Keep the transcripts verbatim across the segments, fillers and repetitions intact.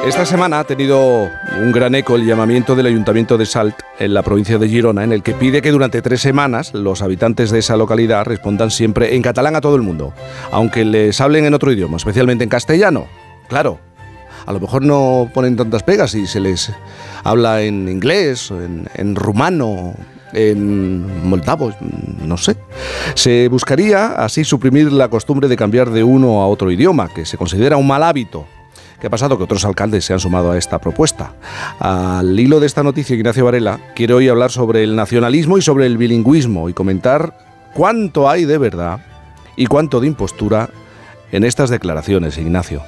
Esta semana ha tenido un gran eco el llamamiento del Ayuntamiento de Salt, en la provincia de Girona, en el que pide que durante tres semanas los habitantes de esa localidad respondan siempre en catalán a todo el mundo, aunque les hablen en otro idioma, especialmente en castellano. Claro, a lo mejor no ponen tantas pegas y se les habla en inglés, en, en rumano, en moldavo, no sé. Se buscaría así suprimir la costumbre de cambiar de uno a otro idioma, que se considera un mal hábito. ¿Qué ha pasado? Que otros alcaldes se han sumado a esta propuesta. Al hilo de esta noticia, Ignacio Varela quiere hoy hablar sobre el nacionalismo y sobre el bilingüismo y comentar cuánto hay de verdad y cuánto de impostura en estas declaraciones, Ignacio.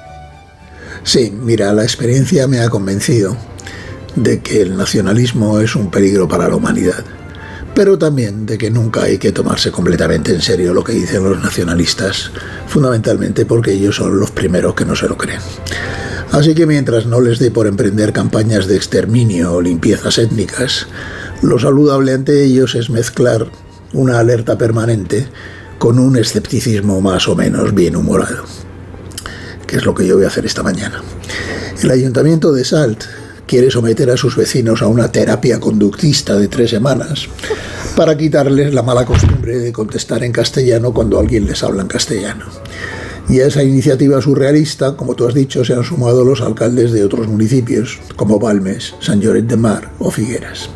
Sí, mira, la experiencia me ha convencido de que el nacionalismo es un peligro para la humanidad, pero también de que nunca hay que tomarse completamente en serio lo que dicen los nacionalistas, fundamentalmente porque ellos son los primeros que no se lo creen. Así que mientras no les dé por emprender campañas de exterminio o limpiezas étnicas, lo saludable ante ellos es mezclar una alerta permanente con un escepticismo más o menos bien humorado, que es lo que yo voy a hacer esta mañana. El Ayuntamiento de Salt quiere someter a sus vecinos a una terapia conductista de tres semanas para quitarles la mala costumbre de contestar en castellano cuando alguien les habla en castellano. Y a esa iniciativa surrealista, como tú has dicho, se han sumado los alcaldes de otros municipios, como Balmes, Sant Lloret de Mar o Figueras.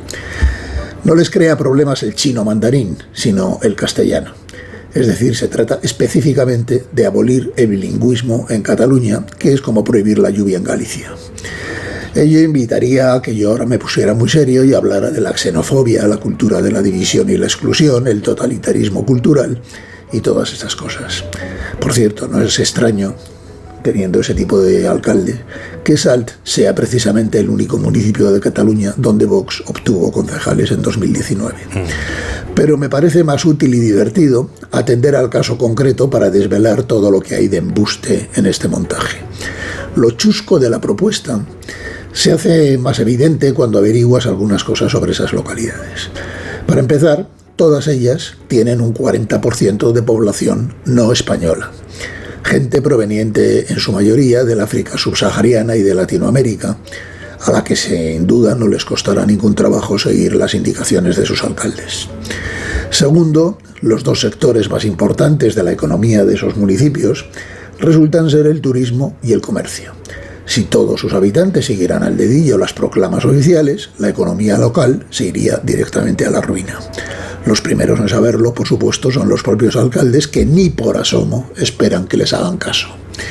No les crea problemas el chino mandarín, sino el castellano. Es decir, se trata específicamente de abolir el bilingüismo en Cataluña, que es como prohibir la lluvia en Galicia. Ello invitaría a que yo ahora me pusiera muy serio y hablara de la xenofobia, la cultura de la división y la exclusión, el totalitarismo cultural y todas estas cosas. Por cierto, no es extraño, teniendo ese tipo de alcalde, que Salt sea precisamente el único municipio de Cataluña donde Vox obtuvo concejales en dos mil diecinueve. Pero me parece más útil y divertido atender al caso concreto para desvelar todo lo que hay de embuste en este montaje. Lo chusco de la propuesta se hace más evidente cuando averiguas algunas cosas sobre esas localidades. Para empezar, todas ellas tienen un cuarenta por ciento de población no española. Gente proveniente en su mayoría del África subsahariana y de Latinoamérica, a la que sin duda no les costará ningún trabajo seguir las indicaciones de sus alcaldes. Segundo, los dos sectores más importantes de la economía de esos municipios resultan ser el turismo y el comercio. Si todos sus habitantes siguieran al dedillo las proclamas oficiales, la economía local se iría directamente a la ruina. Los primeros en saberlo, por supuesto, son los propios alcaldes, que ni por asomo esperan que les hagan caso.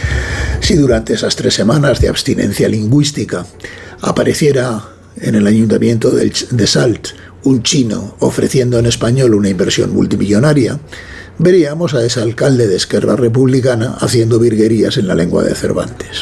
Si durante esas tres semanas de abstinencia lingüística apareciera en el Ayuntamiento de Salt un chino ofreciendo en español una inversión multimillonaria, veríamos a ese alcalde de Esquerra Republicana haciendo virguerías en la lengua de Cervantes.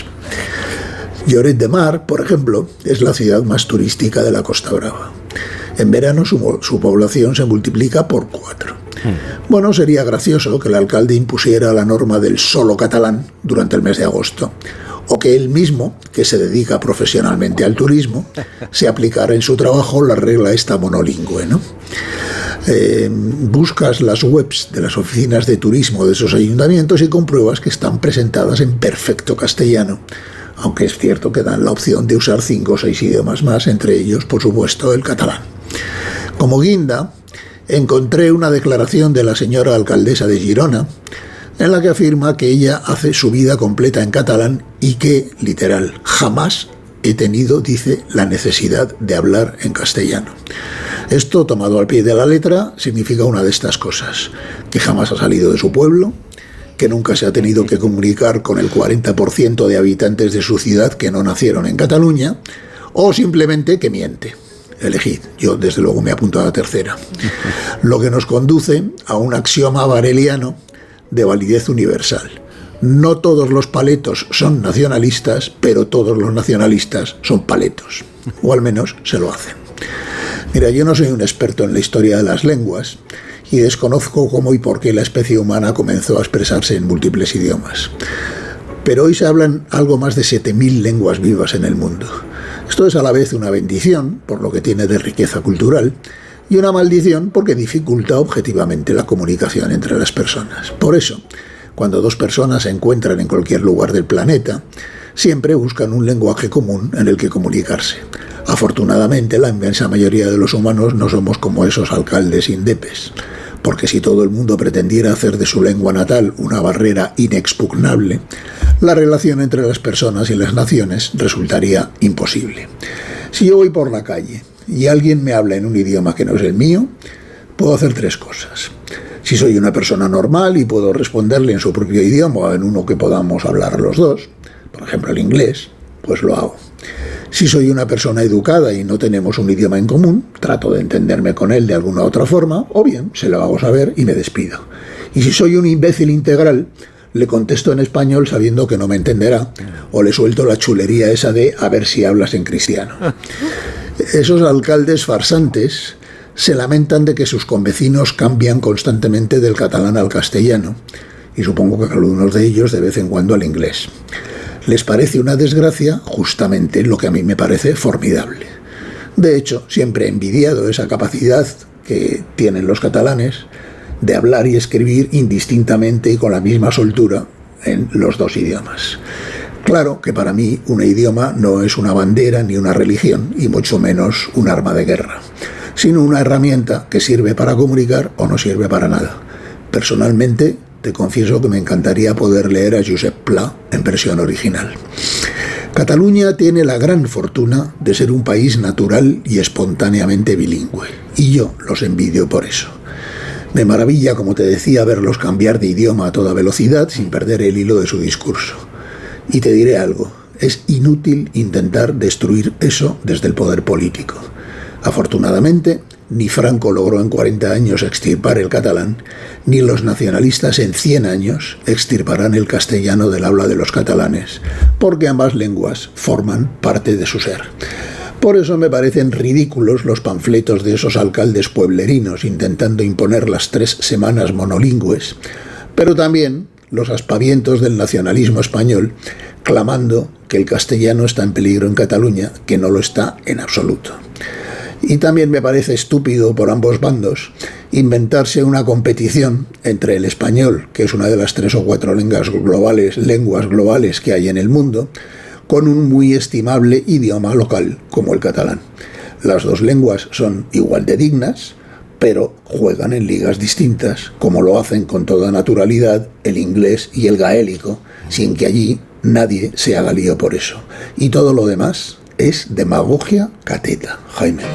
Lloret de Mar, por ejemplo, es la ciudad más turística de la Costa Brava. En verano su, su población se multiplica por cuatro. Bueno, sería gracioso que el alcalde impusiera la norma del solo catalán durante el mes de agosto, o que él mismo, que se dedica profesionalmente al turismo, se aplicara en su trabajo la regla esta monolingüe, ¿no? Eh, buscas las webs de las oficinas de turismo de esos ayuntamientos y compruebas que están presentadas en perfecto castellano, aunque es cierto que dan la opción de usar cinco o seis idiomas más, entre ellos, por supuesto, el catalán. Como guinda, encontré una declaración de la señora alcaldesa de Girona, en la que afirma que ella hace su vida completa en catalán y que, literal, jamás he tenido, dice, la necesidad de hablar en castellano. Esto, tomado al pie de la letra, significa una de estas cosas: que jamás ha salido de su pueblo, que nunca se ha tenido que comunicar con el cuarenta por ciento de habitantes de su ciudad que no nacieron en Cataluña, o simplemente que miente. Elegid, yo desde luego me apunto a la tercera. Lo que nos conduce a un axioma vareliano de validez universal. No todos los paletos son nacionalistas, pero todos los nacionalistas son paletos, o al menos se lo hacen. Mira, yo no soy un experto en la historia de las lenguas y desconozco cómo y por qué la especie humana comenzó a expresarse en múltiples idiomas. Pero hoy se hablan algo más de siete mil lenguas vivas en el mundo. Esto es a la vez una bendición, por lo que tiene de riqueza cultural, y una maldición porque dificulta objetivamente la comunicación entre las personas. Por eso, cuando dos personas se encuentran en cualquier lugar del planeta, siempre buscan un lenguaje común en el que comunicarse. Afortunadamente, la inmensa mayoría de los humanos no somos como esos alcaldes indepes, porque si todo el mundo pretendiera hacer de su lengua natal una barrera inexpugnable, la relación entre las personas y las naciones resultaría imposible. Si yo voy por la calle y alguien me habla en un idioma que no es el mío, puedo hacer tres cosas. Si soy una persona normal y puedo responderle en su propio idioma o en uno que podamos hablar los dos, por ejemplo el inglés, pues lo hago. Si soy una persona educada y no tenemos un idioma en común, trato de entenderme con él de alguna otra forma, o bien se lo hago saber y me despido. Y si soy un imbécil integral, le contesto en español sabiendo que no me entenderá, o le suelto la chulería esa de a ver si hablas en cristiano. Esos alcaldes farsantes se lamentan de que sus convecinos cambian constantemente del catalán al castellano, y supongo que algunos de ellos de vez en cuando al inglés. Les parece una desgracia justamente lo que a mí me parece formidable. De hecho, siempre he envidiado esa capacidad que tienen los catalanes de hablar y escribir indistintamente y con la misma soltura en los dos idiomas. Claro que para mí un idioma no es una bandera ni una religión, y mucho menos un arma de guerra, sino una herramienta que sirve para comunicar o no sirve para nada. Personalmente, te confieso que me encantaría poder leer a Josep Pla en versión original. Cataluña tiene la gran fortuna de ser un país natural y espontáneamente bilingüe, y yo los envidio por eso. Me maravilla, como te decía, verlos cambiar de idioma a toda velocidad sin perder el hilo de su discurso. Y te diré algo, es inútil intentar destruir eso desde el poder político. Afortunadamente, ni Franco logró en cuarenta años extirpar el catalán, ni los nacionalistas en cien años extirparán el castellano del habla de los catalanes, porque ambas lenguas forman parte de su ser. Por eso me parecen ridículos los panfletos de esos alcaldes pueblerinos intentando imponer las tres semanas monolingües, pero también los aspavientos del nacionalismo español clamando que el castellano está en peligro en Cataluña, que no lo está en absoluto. Y también me parece estúpido por ambos bandos inventarse una competición entre el español, que es una de las tres o cuatro lenguas globales, lenguas globales que hay en el mundo, con un muy estimable idioma local como el catalán. Las dos lenguas son igual de dignas, pero juegan en ligas distintas, como lo hacen con toda naturalidad el inglés y el gaélico, sin que allí nadie se haga lío por eso. Y todo lo demás es demagogia cateta, Jaime.